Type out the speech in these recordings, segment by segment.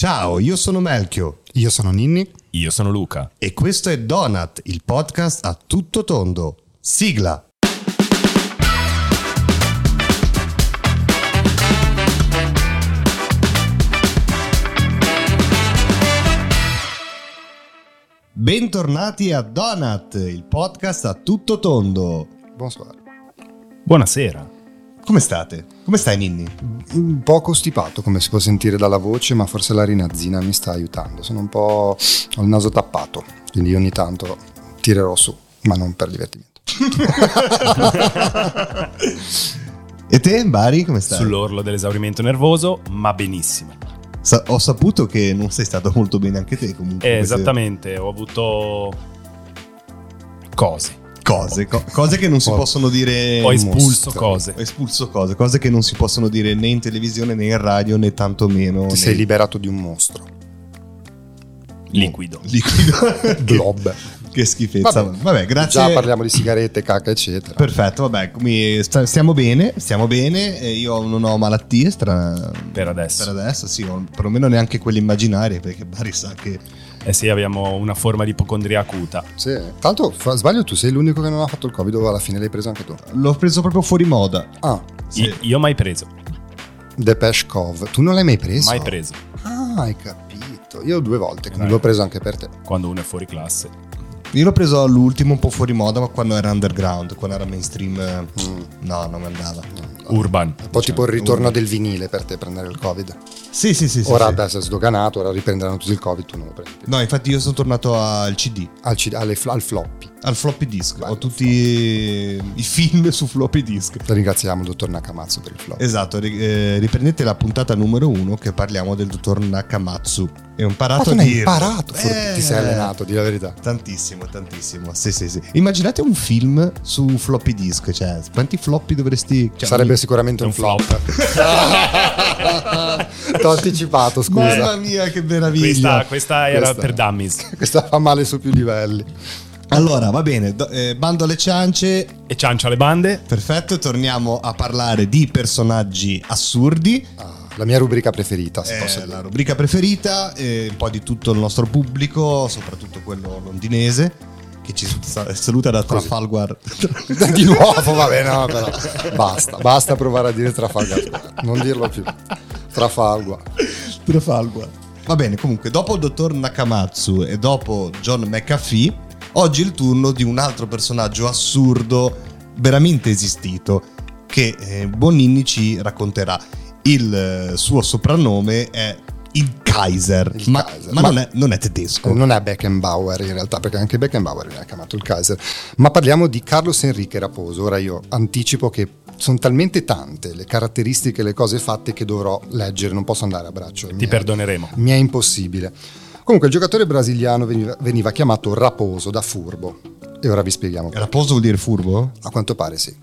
Ciao, io sono Melchio. Io sono Ninni. Io sono Luca. E questo è Donut, il podcast a tutto tondo. Sigla! Bentornati a Donut, il podcast a tutto tondo. Buonasera. Buonasera. Come state? Come stai, Ninni? Un po' costipato, come si può sentire dalla voce, ma forse la rinazzina mi sta aiutando. Sono un po'... ho il naso tappato, quindi ogni tanto tirerò su, ma non per divertimento. E te, Bari, come stai? Sull'orlo dell'esaurimento nervoso, ma benissimo. Ho saputo che non sei stato molto bene anche te, comunque. Esattamente, ho avuto cose che non si possono dire. Ho espulso cose. Ho espulso cose che non si possono dire né in televisione né in radio né tantomeno. Ti sei liberato di un mostro. Liquido. Blob. Che schifezza. Vabbè, grazie. Già parliamo di sigarette, caca, eccetera. Perfetto, vabbè, stiamo bene. Io non ho malattie per adesso, sì, perlomeno neanche quelle immaginarie, perché Bari sa che. Sì, abbiamo una forma di ipocondria acuta. Sì. Tanto, sbaglio, tu sei l'unico che non ha fatto il Covid, o alla fine l'hai preso anche tu? L'ho preso proprio fuori moda. Ah, sì. Io mai preso. Depeche Cove. Tu non l'hai mai preso? Mai preso. Ah, hai capito. Io 2 volte, quindi l'ho preso anche per te. Quando uno è fuori classe. Io l'ho preso all'ultimo, un po' fuori moda, ma quando era underground, quando era mainstream, no, non mi andava. Urban. Un po' tipo il ritorno del vinile per te, prendere il Covid. Sì. Ora sì. adesso è sdoganato, ora riprenderanno tutti il Covid, tu non lo prendi. No, infatti io sono tornato al CD. Al floppy. Al floppy disk. Ho tutti i film su floppy disk. Ringraziamo il dottor Nakamatsu per il flop. Esatto, riprendete la puntata numero 1 che parliamo del dottor Nakamatsu. Ho imparato a dire. Ti sei allenato, di la verità. Tantissimo. Sì. Immaginate un film su floppy disk, cioè quanti floppy dovresti. Sarebbe sicuramente un flop. T'ho anticipato, scusa. Mamma mia, che meraviglia. Questa era per dummies. Questa fa male su più livelli. Allora, va bene, bando alle ciance. E ciancia alle bande. Perfetto, torniamo a parlare di personaggi assurdi. La mia rubrica preferita, se posso dire. La rubrica preferita, un po' di tutto il nostro pubblico, soprattutto quello londinese, che ci saluta da Trafalgar. Di nuovo, vabbè, no, però basta provare a dire Trafalgar, non dirlo più. Trafalgar. Va bene, comunque, dopo il dottor Nakamatsu e dopo John McAfee, oggi è il turno di un altro personaggio assurdo, veramente esistito, che Boninni ci racconterà. Il suo soprannome è il Kaiser, ma non è tedesco. Non è Beckenbauer in realtà, perché anche Beckenbauer viene chiamato il Kaiser. Ma parliamo di Carlos Enrique Raposo. Ora io anticipo che sono talmente tante le caratteristiche, le cose fatte, che dovrò leggere, non posso andare a braccio. Ti perdoneremo. Mi è impossibile. Comunque il giocatore brasiliano veniva chiamato Raposo da furbo. E ora vi spieghiamo. Raposo vuol dire furbo? A quanto pare sì.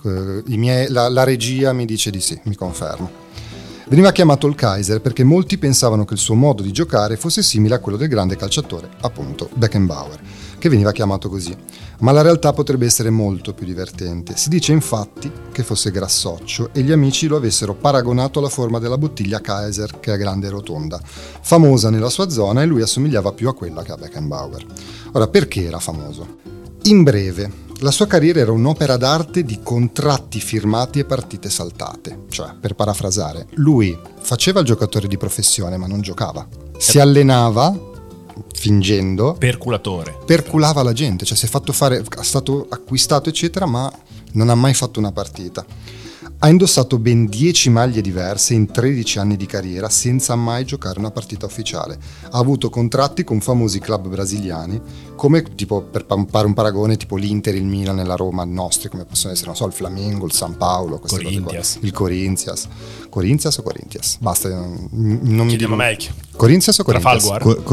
La regia mi dice di sì, mi conferma. Veniva chiamato il Kaiser perché molti pensavano che il suo modo di giocare fosse simile a quello del grande calciatore, appunto Beckenbauer, che veniva chiamato così. Ma la realtà potrebbe essere molto più divertente. Si dice infatti che fosse grassoccio e gli amici lo avessero paragonato alla forma della bottiglia Kaiser, che è grande e rotonda, famosa nella sua zona, e lui assomigliava più a quella che a Beckenbauer. Ora, perché era famoso? In breve, la sua carriera era un'opera d'arte di contratti firmati e partite saltate. Cioè, per parafrasare, lui faceva il giocatore di professione ma non giocava. Si allenava fingendo. Perculava la gente, cioè si è fatto fare, è stato acquistato eccetera, ma non ha mai fatto una partita. Ha indossato ben 10 maglie diverse in 13 anni di carriera senza mai giocare una partita ufficiale. Ha avuto contratti con famosi club brasiliani, come tipo, per fare un paragone, tipo l'Inter, il Milan e la Roma nostri, come possono essere, non so, il Flamengo, il San Paolo, queste cose qua. Il Corinthians. Corinthians o Corinthians? Basta, non mi dico meglio. Corinthians o Corinthians?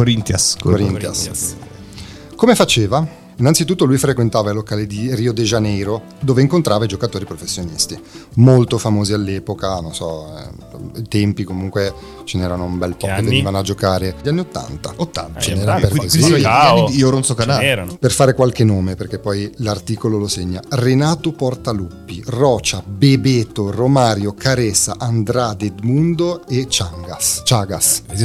Corinthians. Come faceva? Innanzitutto lui frequentava i locali di Rio de Janeiro, dove incontrava i giocatori professionisti, molto famosi all'epoca, non so, ai tempi comunque ce n'erano un bel po' che venivano a giocare. Gli anni 80. Ce n'erano gli anni di Oronzo Canale. Per fare qualche nome, perché poi l'articolo lo segna: Renato Portaluppi, Rocha, Bebeto, Romario, Caressa, Andrade, Edmundo e Chagas.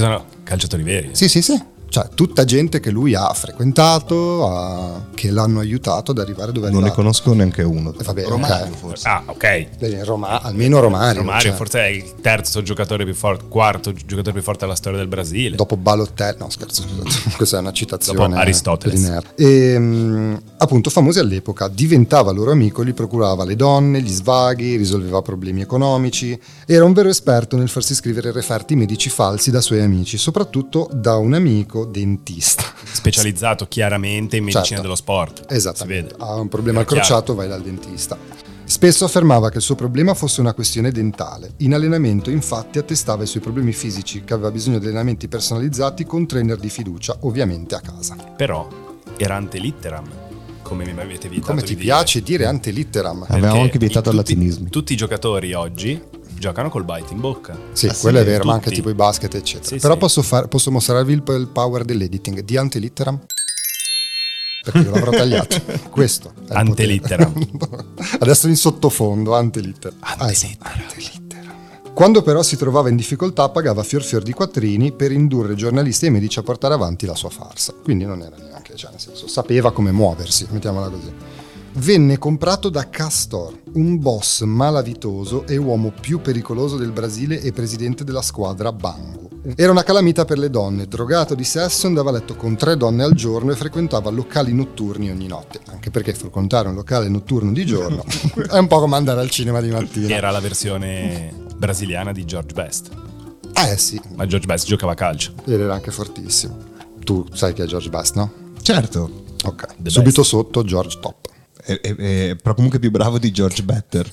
calciatori veri. Sì. Cioè, tutta gente che lui ha frequentato, che l'hanno aiutato ad arrivare dove è Non ne arrivato. conosco neanche uno. Vabbè, Romario, ok. forse. Ah, ok. Almeno Romario. Romario cioè, forse è il terzo giocatore più forte, quarto giocatore più forte della storia del Brasile. dopo Balotelli, no scherzo, scusate, questa è una citazione Dopo Aristoteles. per i nerd. E appunto famosi all'epoca, diventava loro amico, gli procurava le donne, gli svaghi, risolveva problemi economici, era un vero esperto nel farsi scrivere referti medici falsi da suoi amici, soprattutto da un amico dentista. Specializzato chiaramente in medicina Certo. dello sport. Esattamente, Si vede. ha un problema al Era chiaro. crociato, vai dal dentista. Spesso affermava che il suo problema fosse una questione dentale. In allenamento, infatti, attestava i suoi problemi fisici, che aveva bisogno di allenamenti personalizzati con trainer di fiducia, ovviamente a casa. Però era ante litteram, come mi avete vietato Come di ti dire. piace dire ante litteram? Perché Avevamo anche vietato il latinismo. Tutti i giocatori oggi giocano col bite in bocca. Sì, Ah, sì, quello è vero, ma tutti. anche tipo i basket, eccetera. Sì, Però sì. posso mostrarvi il power dell'editing di ante litteram? Perché io l'avrò tagliato. Questo è il Ante potere. litteram. Adesso in sottofondo, ante litteram. Ante sì, litteram. ante litteram. Quando però si trovava in difficoltà pagava fior di quattrini per indurre giornalisti e medici a portare avanti la sua farsa. Quindi non era neanche, cioè nel senso, sapeva come muoversi, mettiamola così. Venne comprato da Castor, un boss malavitoso e uomo più pericoloso del Brasile e presidente della squadra Bangu. Era una calamita per le donne, drogato di sesso, andava a letto con 3 donne al giorno e frequentava locali notturni ogni notte, anche perché frequentare un locale notturno di giorno è un po' come andare al cinema di mattina. Era la versione brasiliana di George Best. Sì, Ma George Best giocava a calcio. ed era anche fortissimo. Tu sai chi è George Best, no? Certo. Ok, The subito best. sotto George Top. Però comunque più bravo di George Better.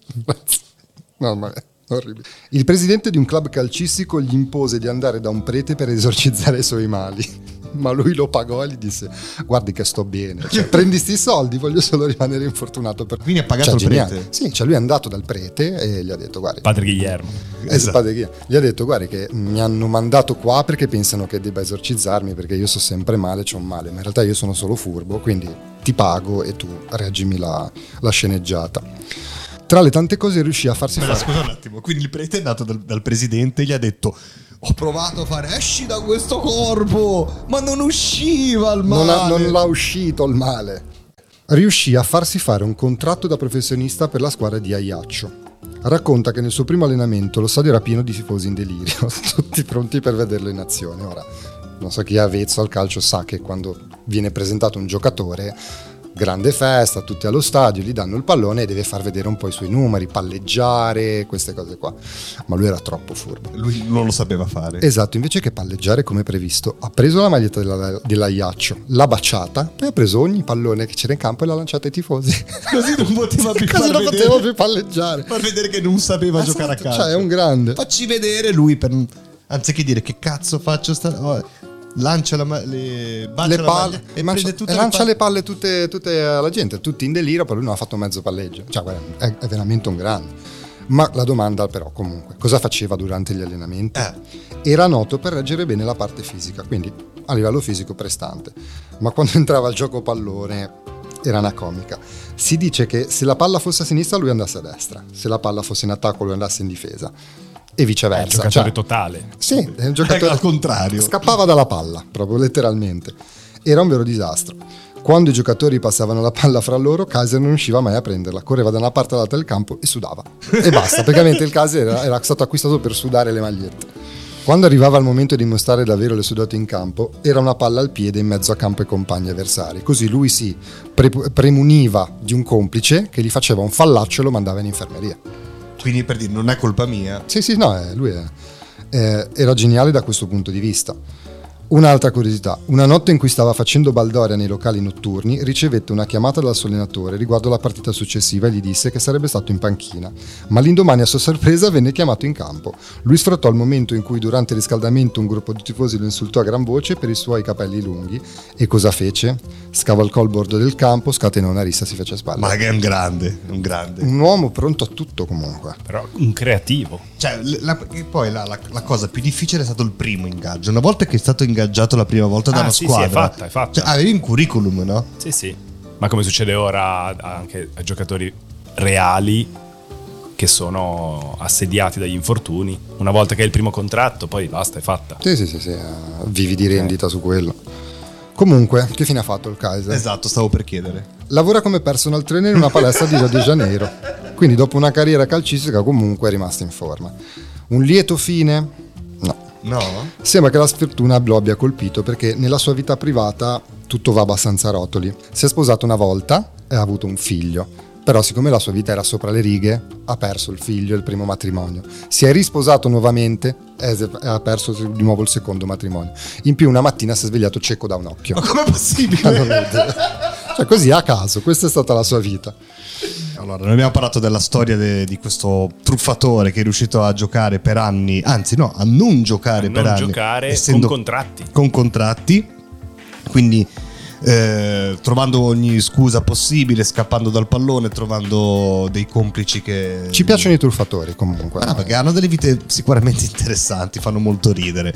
No, ma è orribile. Il presidente di un club calcistico gli impose di andare da un prete per esorcizzare i suoi mali. Ma lui lo pagò e gli disse: guardi che sto bene, cioè, prendi sti soldi, voglio solo rimanere infortunato per... Quindi ha pagato il geniale. prete? Sì, cioè lui è andato dal prete e gli ha detto: guardi, Padre Guillermo. Padre Ghia. Gli ha detto: guardi che mi hanno mandato qua perché pensano che debba esorcizzarmi, perché io so sempre male, c'ho un male, ma in realtà io sono solo furbo, quindi ti pago e tu reggimi la sceneggiata. Tra le tante cose riuscì a farsi fare... Scusa un attimo, quindi il prete è andato dal presidente e gli ha detto: ho provato a fare esci da questo corpo, ma non usciva il male. Non l'ha uscito il male. Riuscì a farsi fare un contratto da professionista per la squadra di Ajaccio. Racconta che nel suo primo allenamento lo stadio era pieno di tifosi in delirio, tutti pronti per vederlo in azione. Ora, non so chi è avvezzo al calcio sa che quando viene presentato un giocatore, grande festa, tutti allo stadio, gli danno il pallone e deve far vedere un po' i suoi numeri, palleggiare, queste cose qua. Ma lui era troppo furbo. Lui non lo sapeva fare. Esatto, invece che palleggiare come previsto, ha preso la maglietta dell'Ajaccio, l'ha baciata, poi ha preso ogni pallone che c'era in campo e l'ha lanciata ai tifosi. Così non poteva più Così far non vedere, poteva più palleggiare. far vedere che non sapeva Esatto, giocare a calcio. cioè è un grande. Facci vedere lui per... anziché dire che cazzo faccio lancia bacia Le la palle maglia e prende tutte e lancia palle. le palle tutte alla gente, tutti in delirio, però lui non ha fatto mezzo palleggio. Cioè, guarda, è veramente un grande. Ma la domanda però comunque, cosa faceva durante gli allenamenti? Era noto per reggere bene la parte fisica, quindi a livello fisico prestante. Ma quando entrava al gioco pallone era una comica. Si dice che se la palla fosse a sinistra lui andasse a destra, se la palla fosse in attacco lui andasse in difesa. E viceversa. È un giocatore totale. Sì, è un giocatore Al contrario. Scappava dalla palla, proprio letteralmente. Era un vero disastro. Quando i giocatori passavano la palla fra loro, Kaiser non riusciva mai a prenderla, correva da una parte all'altra del campo e sudava. E basta, perché ovviamente il Kaiser era stato acquistato per sudare le magliette. Quando arrivava il momento di mostrare davvero le sudate in campo, era una palla al piede in mezzo a campo ai compagni avversari. Così lui si premuniva di un complice che gli faceva un fallaccio e lo mandava in infermeria. Quindi per dire non è colpa mia. Sì, no, lui era geniale da questo punto di vista. Un'altra curiosità: una notte in cui stava facendo baldoria nei locali notturni ricevette una chiamata dal suo allenatore riguardo la partita successiva e gli disse che sarebbe stato in panchina, ma l'indomani a sua sorpresa venne chiamato in campo. Lui sfruttò il momento in cui durante il riscaldamento un gruppo di tifosi lo insultò a gran voce per i suoi capelli lunghi e cosa fece? Scavalcò il bordo del campo, scatenò una rissa e si fece spalle. Ma che è un grande, un grande. Un uomo pronto a tutto comunque. Però un creativo. Cioè, e poi la cosa più difficile è stato il primo ingaggio. Una volta che è stato ingaggiato la prima volta da una sì, squadra, è fatta. Cioè, avevi un curriculum, no? Sì. Ma come succede ora anche a giocatori reali, che sono assediati dagli infortuni. Una volta che hai il primo contratto, poi basta, è fatta. Sì, vivi di rendita su quello. Comunque, che fine ha fatto il Kaiser? Esatto, stavo per chiedere. Lavora come personal trainer in una palestra di Rio de Janeiro, quindi dopo una carriera calcistica comunque è rimasto in forma. Un lieto fine? No. Sembra che la sfortuna lo abbia colpito, perché nella sua vita privata tutto va abbastanza a rotoli. Si è sposato una volta e ha avuto un figlio, però siccome la sua vita era sopra le righe ha perso il figlio e il primo matrimonio. Si è risposato nuovamente e ha perso di nuovo il secondo matrimonio. In più una mattina si è svegliato cieco da un occhio. Ma com'è possibile? Cioè così a caso, questa è stata la sua vita. Allora, noi abbiamo parlato della storia di questo truffatore che è riuscito a giocare per anni, anzi no, a non giocare per anni. Con contratti. Con contratti, quindi trovando ogni scusa possibile, scappando dal pallone, trovando dei complici che... Ci piacciono i truffatori comunque. Perché hanno delle vite sicuramente interessanti, fanno molto ridere.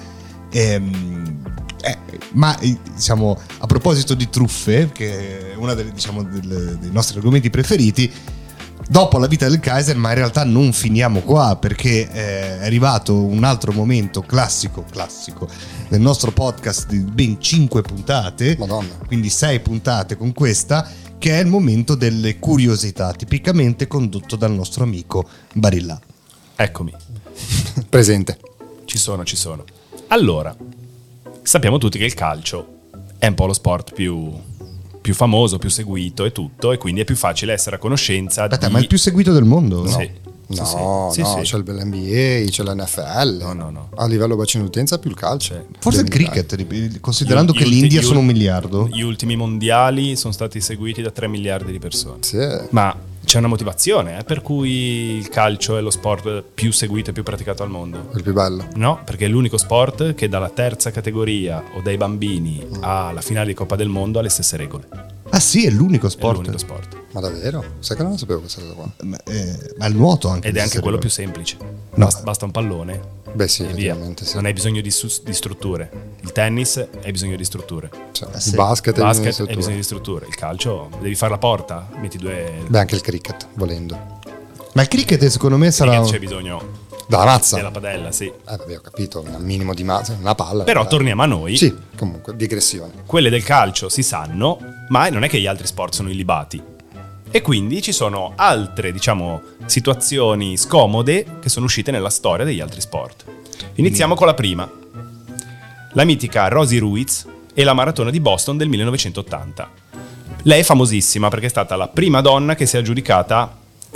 Ma diciamo, a proposito di truffe, che è uno dei nostri argomenti preferiti, dopo la vita del Kaiser, ma in realtà non finiamo qua, perché è arrivato un altro momento classico del nostro podcast di ben 5 puntate. Madonna. Quindi 6 puntate con questa, che è il momento delle curiosità, tipicamente condotto dal nostro amico Barilla. Eccomi. Presente. Ci sono. Allora, sappiamo tutti che il calcio è un po' lo sport più famoso, più seguito e tutto, e quindi è più facile essere a conoscenza. Aspetta, ma è il più seguito del mondo? Sì. Sì. C'è l'NBA, c'è l'NFL. No. A livello bacino d'utenza più il calcio. Forse il cricket, considerando che l'India sono 1 miliardo. Gli ultimi mondiali sono stati seguiti da 3 miliardi di persone. Sì. Ma c'è una motivazione per cui il calcio è lo sport più seguito e più praticato al mondo. Il più bello. No, perché è l'unico sport che dalla terza categoria o dai bambini alla finale di Coppa del Mondo ha le stesse regole. Ah sì, è l'unico sport. È l'unico sport. Ma davvero? Sai che non lo sapevo questa cosa qua. Ma il nuoto anche. Ed è anche quello più semplice. No. Basta un pallone. Beh sì, e via. sì. Non hai bisogno di strutture. Il tennis hai bisogno di strutture. Cioè, sì. Il basket hai bisogno di strutture. Il calcio devi fare la porta, metti due. Beh, anche il cricket, volendo. Ma il cricket secondo me sarà... C'è bisogno dalla mazza. della padella, sì. Vabbè, ho capito, un minimo di mazza, una palla. Però torniamo a noi. Sì, comunque, digressione. Quelle del calcio si sanno, ma non è che gli altri sport sono illibati. E quindi ci sono altre, situazioni scomode che sono uscite nella storia degli altri sport. Iniziamo con la prima. La mitica Rosie Ruiz e la maratona di Boston del 1980. Lei è famosissima perché è stata la prima donna che si è aggiudicata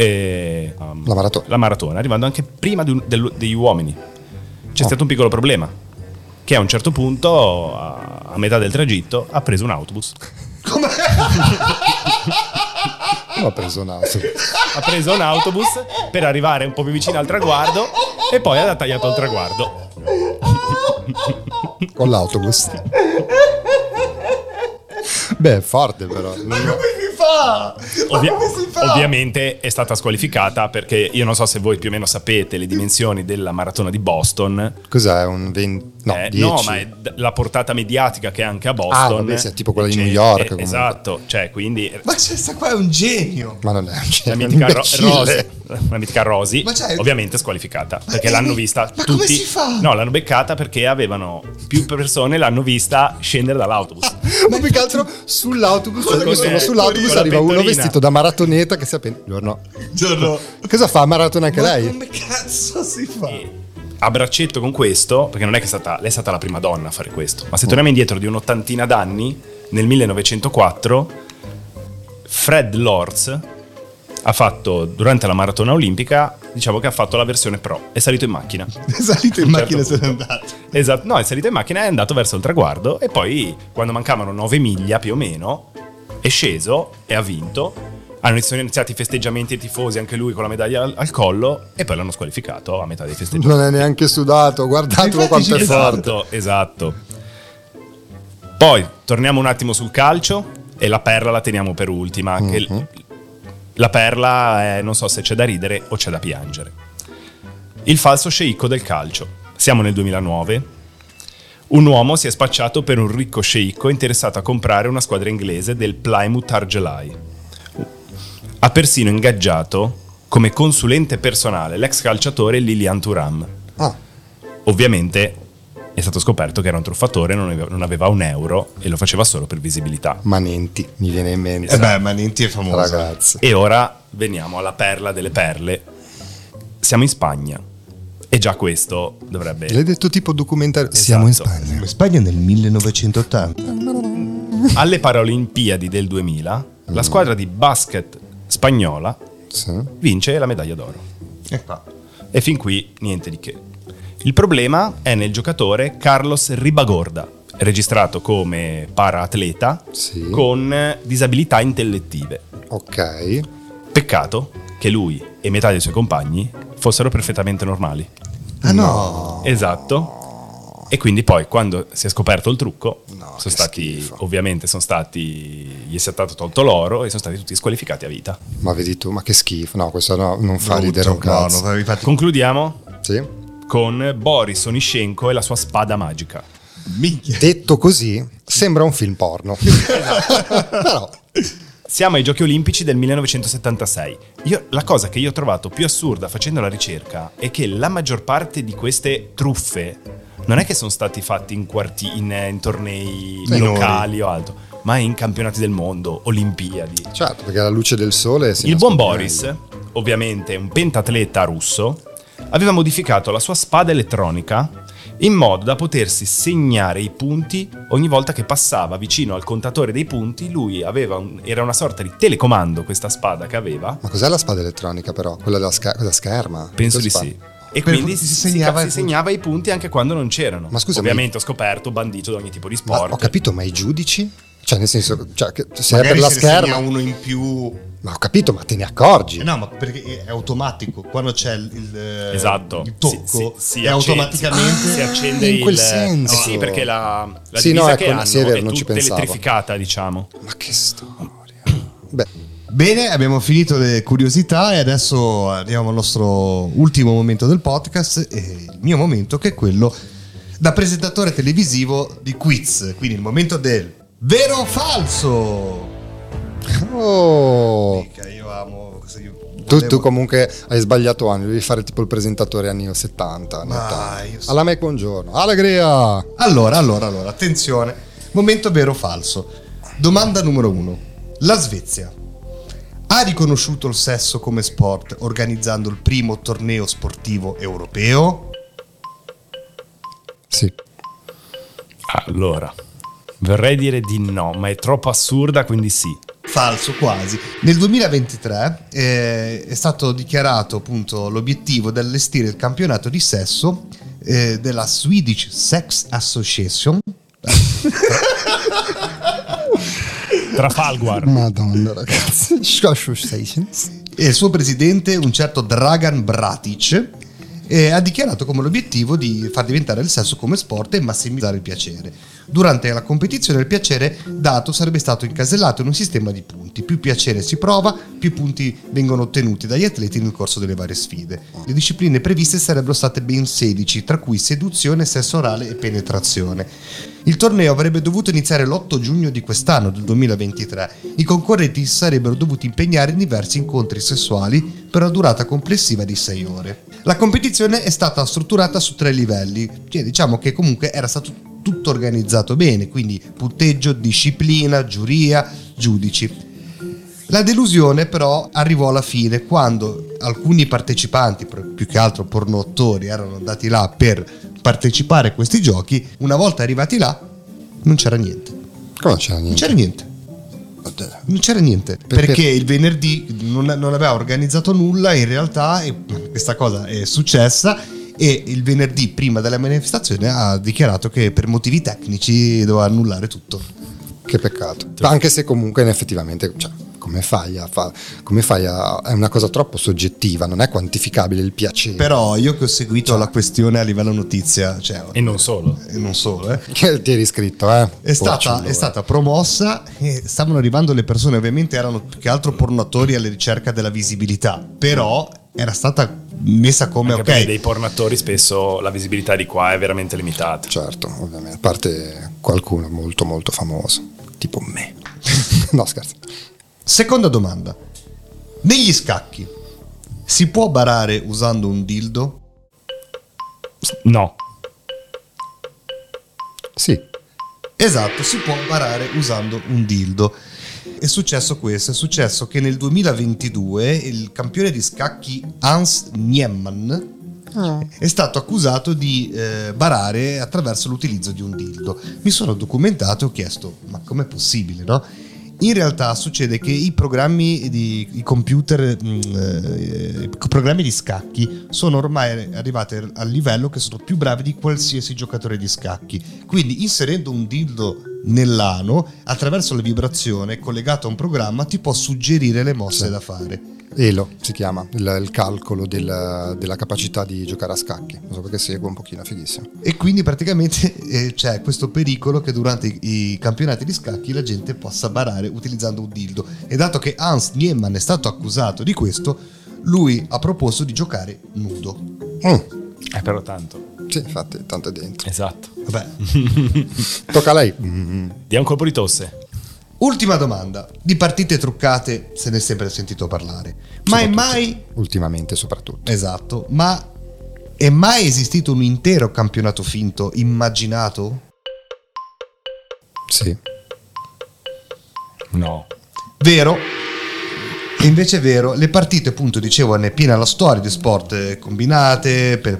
la maratona, arrivando anche prima degli uomini. C'è stato un piccolo problema, che a un certo punto, a metà del tragitto, ha preso un autobus. Come? Ha preso un autobus. Ha preso un autobus per arrivare un po' più vicino al traguardo e poi ha tagliato il traguardo. Con l'autobus. Beh, è forte però. Come si fa? Ovviamente è stata squalificata perché io non so se voi più o meno sapete le dimensioni della maratona di Boston. Cos'è? Un 20? No, 10? No, ma è la portata mediatica che è anche a Boston. Vabbè, è tipo quella di New York. Esatto, quindi... Ma questa qua è un genio. Ma non è un genio. La mitica Rosie, ovviamente squalificata perché l'hanno vista tutti. Come si fa? No, l'hanno beccata perché avevano più persone l'hanno vista scendere dall'autobus. Ma più che altro sull'autobus, sull'autobus con arriva uno pentolina. vestito da maratoneta che si appena... Giorno. Cosa fa? Maratona anche lei? Come cazzo si fa? A braccetto con questo, perché non è che lei è stata la prima donna a fare questo, ma se torniamo indietro di un'ottantina d'anni, nel 1904 Fred Lorz ha fatto, durante la maratona olimpica, che ha fatto la versione pro. È salito in macchina. È salito in macchina e se n'è andato. Esatto, no, è salito in macchina e è andato verso il traguardo e poi, quando mancavano 9 miglia più o meno, è sceso e ha vinto. Sono iniziati i festeggiamenti e i tifosi, anche lui con la medaglia al collo, e poi l'hanno squalificato a metà dei festeggiamenti. Non è neanche sudato, guardatelo quanto è forte. Esatto. Poi torniamo un attimo sul calcio e la perla la teniamo per ultima. Che la perla è, non so se c'è da ridere o c'è da piangere. Il falso sceicco del calcio. Siamo nel 2009. Un uomo si è spacciato per un ricco sceicco interessato a comprare una squadra inglese del Plymouth Argyle. Ha persino ingaggiato come consulente personale l'ex calciatore Lilian Thuram. Ovviamente è stato scoperto che era un truffatore, non aveva un euro e lo faceva solo per visibilità. Manenti, mi viene in mente. Manenti è famoso. Ragazzi. E ora veniamo alla perla delle perle. Siamo in Spagna. E già questo dovrebbe... L'hai detto tipo documentario. Esatto. Siamo in Spagna. In Spagna nel 1980. Alle Paralimpiadi del 2000, la squadra di basket spagnola Sì. vince la medaglia d'oro. E qua. E fin qui niente di che. Il problema è nel giocatore Carlos Ribagorda, registrato come para-atleta Sì. con disabilità intellettive. Ok. Peccato che lui e metà dei suoi compagni fossero perfettamente normali. Ah no. Esatto. E quindi poi quando si è scoperto il trucco, No, sono che stati, schifo. ovviamente gli è stato tolto l'oro e sono stati tutti squalificati a vita. Ma vedi tu, ma che schifo. No, questo no, non fa Brutto. ridere un cazzo. No, infatti, Concludiamo Sì. con Boris Onischenko e la sua spada magica. minchia. Detto così, sembra un film porno. Però Siamo ai Giochi Olimpici del 1976. La cosa che io ho trovato più assurda facendo la ricerca è che la maggior parte di queste truffe non è che sono stati fatti in tornei Minori. locali o altro, ma in campionati del mondo, Olimpiadi. certo, perché la luce del sole si Il buon nasconde Boris, meglio. ovviamente un pentatleta russo, aveva modificato la sua spada elettronica in modo da potersi segnare i punti ogni volta che passava vicino al contatore dei punti. Lui era una sorta di telecomando, questa spada che aveva. Ma cos'è la spada elettronica però? Quella da scherma? Penso di Cosa sì. fa? E quindi si si segnava segnava i punti anche quando non c'erano. Ma scusa, ovviamente ho scoperto bandito da ogni tipo di Ma sport. ho capito, ma i giudici? Cioè nel senso, cioè, che se è Magari per la se ne segna scherma. uno in più. Ma ho capito, ma te ne accorgi? No, ma perché è automatico. Quando c'è Esatto. il tocco, Si è automaticamente. si accende in quel il senso. sì, perché la Sì, divisa no, che ecco, hanno sì, è vero, è non ci tutta pensavo. elettrificata, diciamo. Ma che storia. Beh, Bene, abbiamo finito le curiosità e adesso arriviamo al nostro ultimo momento del podcast, il mio momento, che è quello da presentatore televisivo di quiz, quindi il momento del vero o falso. oh, Mica, io amo tu comunque hai sbagliato anni, devi fare tipo il presentatore anni 70, anni 80. io so. Alla me buongiorno, allegria. Allora, attenzione, momento vero o falso. Domanda numero 1. La Svezia ha riconosciuto il sesso come sport organizzando il primo torneo sportivo europeo? Sì. Allora, vorrei dire di no, ma è troppo assurda, quindi sì. Falso quasi. Nel 2023 è stato dichiarato appunto l'obiettivo di allestire il campionato di sesso della Swedish Sex Association. Trafalgar. Madonna ragazzi. E il suo presidente, un certo Dragan Bratic, ha dichiarato come l'obiettivo di far diventare il sesso come sport e massimizzare il piacere. Durante la competizione il piacere dato sarebbe stato incasellato in un sistema di punti. Più piacere si prova, più punti vengono ottenuti dagli atleti nel corso delle varie sfide. Le discipline previste sarebbero state ben 16, tra cui seduzione, sesso orale e penetrazione. Il torneo avrebbe dovuto iniziare l'8 giugno di quest'anno, del 2023. I concorrenti si sarebbero dovuti impegnare in diversi incontri sessuali per una durata complessiva di 6 ore. La competizione è stata strutturata su 3 livelli, cioè diciamo che comunque era stato tutto organizzato bene, quindi punteggio, disciplina, giuria, giudici. La delusione però arrivò alla fine quando alcuni partecipanti, più che altro pornoattori, erano andati là per partecipare a questi giochi. Una volta arrivati là non c'era niente. Come c'era Non niente? c'era niente. Non c'era niente perché il venerdì non aveva organizzato nulla in realtà, e questa cosa è successa. E il venerdì prima della manifestazione ha dichiarato che per motivi tecnici doveva annullare tutto. Che peccato. Anche se comunque effettivamente, cioè, come fai a è una cosa troppo soggettiva, non è quantificabile il piacere. Però io che ho seguito la questione a livello notizia, cioè, E non solo. Che ti eri iscritto, è stata promossa e stavano arrivando le persone, ovviamente erano più che altro pornatori alla ricerca della visibilità, però era stata messa come Anche perché ok. dei pornatori spesso la visibilità di qua è veramente limitata. Certo, ovviamente. A parte qualcuno molto molto famoso, tipo me. No, scherzo. Seconda domanda. Negli scacchi Si può barare usando un dildo? No. Sì. Esatto, si può barare usando un dildo. È successo questo, è successo che nel 2022 il campione di scacchi Hans Niemann è stato accusato di barare attraverso l'utilizzo di un dildo. Mi sono documentato e ho chiesto, ma com'è possibile, no? In realtà succede che i programmi di computer, i programmi di scacchi sono ormai arrivati al livello che sono più bravi di qualsiasi giocatore di scacchi. Quindi inserendo un dildo nell'ano, attraverso la vibrazione collegato a un programma, ti può suggerire le mosse da fare. ELO si chiama, il calcolo della capacità di giocare a scacchi. Non so perché segue un pochino, fighissimo. E quindi praticamente c'è questo pericolo che durante i campionati di scacchi la gente possa barare utilizzando un dildo. E dato che Hans Niemann è stato accusato di questo, lui ha proposto di giocare nudo. Però tanto. Sì, infatti, tanto è dentro. Esatto. Vabbè. Tocca a lei. Diamo un colpo di tosse. Ultima domanda. Di partite truccate se ne è sempre sentito parlare. Ma è mai... Ultimamente soprattutto. Esatto. Ma è mai esistito un intero campionato finto immaginato? Sì. No. Vero? E invece è vero, le partite, appunto, dicevo, ne è piena la storia di sport combinate per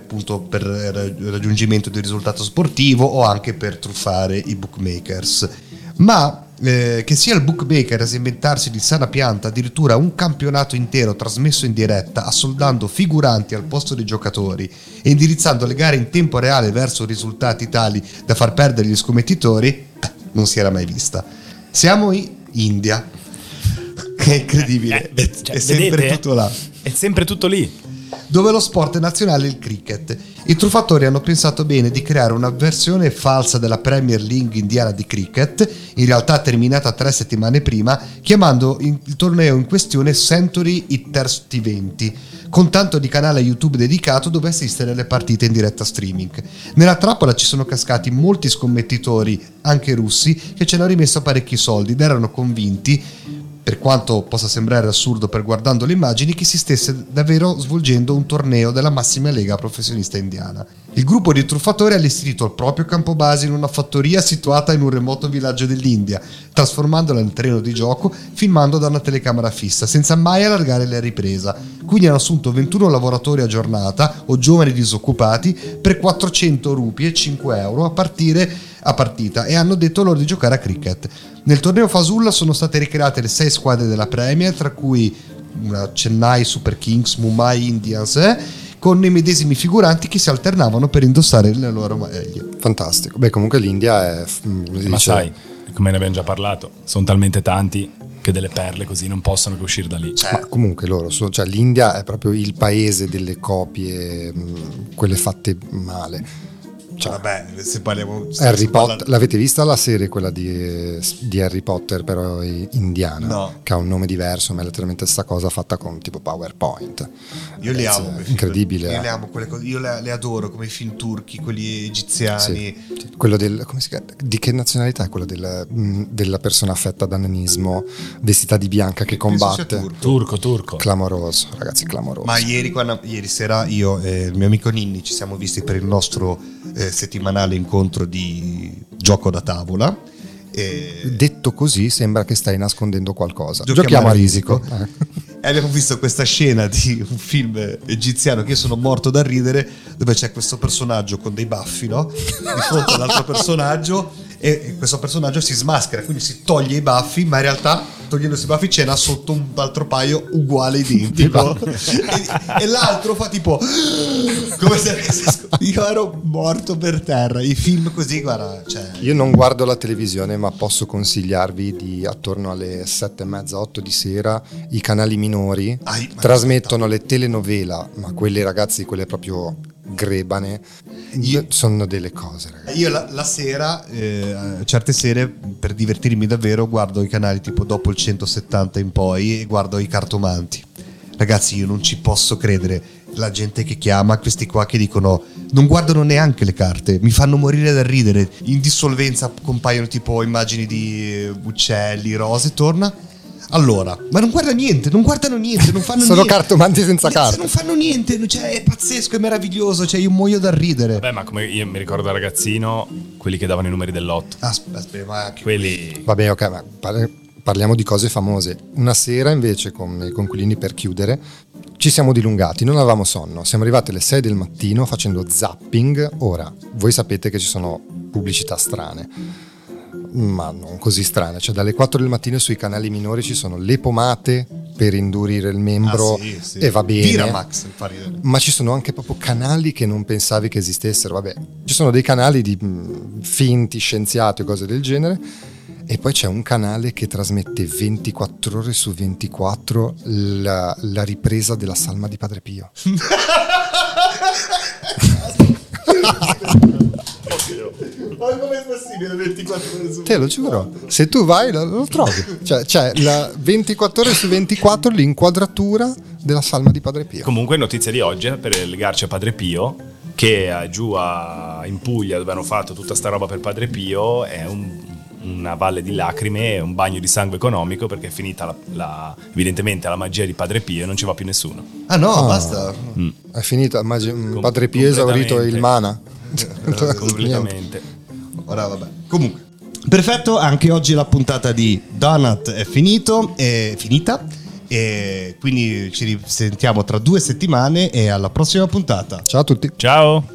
il raggiungimento del risultato sportivo o anche per truffare i bookmakers. Ma che sia il bookmaker a inventarsi di sana pianta addirittura un campionato intero trasmesso in diretta, assoldando figuranti al posto dei giocatori e indirizzando le gare in tempo reale verso risultati tali da far perdere gli scommettitori, non si era mai vista. Siamo in India. Che è incredibile, è sempre vedete? tutto là. È sempre tutto lì. Dove lo sport nazionale è il cricket. I truffatori hanno pensato bene di creare una versione falsa della Premier League indiana di cricket, in realtà terminata 3 settimane prima, chiamando il torneo in questione Century Hitters T20, con tanto di canale YouTube dedicato dove assistere alle partite in diretta streaming. Nella trappola ci sono cascati molti scommettitori, anche russi, che ci hanno rimesso parecchi soldi ed erano convinti, per quanto possa sembrare assurdo per guardando le immagini, che si stesse davvero svolgendo un torneo della massima lega professionista indiana. Il gruppo di truffatori ha allestito il proprio campo base in una fattoria situata in un remoto villaggio dell'India, trasformandola in terreno di gioco, filmando da una telecamera fissa, senza mai allargare la ripresa. Quindi hanno assunto 21 lavoratori a giornata o giovani disoccupati per 400 rupie, 5 euro a partita, e hanno detto loro di giocare a cricket. Nel torneo Fasulla sono state ricreate le 6 squadre della Premier, tra cui una Chennai Super Kings, Mumbai Indians, con i medesimi figuranti che si alternavano per indossare le loro maglie. Fantastico. Beh, comunque l'India è... Ma sai, come ne abbiamo già parlato, sono talmente tanti che delle perle così non possono che uscire da lì. Ma comunque loro sono, cioè l'India è proprio il paese delle copie, quelle fatte male. Cioè, vabbè, se parliamo Harry Potter, l'avete vista la serie quella di Harry Potter però indiana? No. Che ha un nome diverso, ma è letteralmente sta cosa fatta con tipo PowerPoint. Io li amo, incredibile. Io le amo quelle cose, io le adoro come i film turchi, quelli egiziani. Sì. Quello come si chiama? Di che nazionalità è quello della persona affetta da nanismo vestita di bianca che combatte? Turco. Clamoroso, ragazzi, clamoroso. Ma ieri sera io e il mio amico Ninni ci siamo visti per il nostro settimanale incontro di gioco da tavola. Detto così sembra che stai nascondendo qualcosa. Giochiamo a risico. E abbiamo visto questa scena di un film egiziano che io sono morto da ridere, dove c'è questo personaggio con dei baffi, no? Di fronte all'altro personaggio, e questo personaggio si smaschera, quindi si toglie i baffi, ma in realtà togliendosi i baffi ce n'ha sotto un altro paio uguale identico. e l'altro fa tipo come se io ero morto per terra. I film così, guarda, cioè... Io non guardo la televisione, ma posso consigliarvi di attorno alle 7:30, 8 di sera i canali minori trasmettono le telenovela, ma quelle, ragazzi, quelle proprio grebane, sono delle cose, ragazzi. Io la sera certe sere, per divertirmi davvero, guardo i canali tipo dopo il 170 in poi e guardo i cartomanti. Ragazzi, io non ci posso credere, la gente che chiama, questi qua che dicono non guardano neanche le carte, mi fanno morire da ridere. In dissolvenza compaiono tipo immagini di uccelli, rose, torna Allora, ma non guardano niente, non fanno Sono niente. cartomanti senza carte. Non fanno niente, cioè è pazzesco, è meraviglioso, cioè io muoio da ridere. Beh, ma come io mi ricordo da ragazzino, quelli che davano i numeri dell'otto. Aspetta, ma anche Quelli... Vabbè, ok, ma parliamo di cose famose. Una sera invece con i conquilini per chiudere ci siamo dilungati, non avevamo sonno, siamo arrivati alle 6 del mattino facendo zapping. Ora, voi sapete che ci sono pubblicità strane, ma non così strane, cioè dalle 4 del mattino sui canali minori ci sosono le pomate per indurire il membro sì. e va bene. Diramax, fa ridere. Ma ci sono anche proprio canali che non pensavi che esistessero. Vabbè, ci sono dei canali di finti scienziati o cose del genere, e poi c'è un canale che trasmette 24 ore su 24 la ripresa della salma di Padre Pio. Ma come è possibile 24 ore su 24? Te lo giuro, se tu vai lo trovi. Cioè c'è la 24 ore su 24 l'inquadratura della salma di Padre Pio. Comunque notizia di oggi per legarci a Padre Pio, che in Puglia dove hanno fatto tutta sta roba per Padre Pio è una valle di lacrime, un bagno di sangue economico, perché è finita evidentemente la magia di Padre Pio e non ci va più nessuno. Ah no, basta. È finita, Padre Pio ha esaurito il mana. Completamente. Ora vabbè. Comunque, perfetto, anche oggi la puntata di Donut è finita, e quindi ci risentiamo tra 2 settimane e alla prossima puntata. Ciao a tutti. Ciao.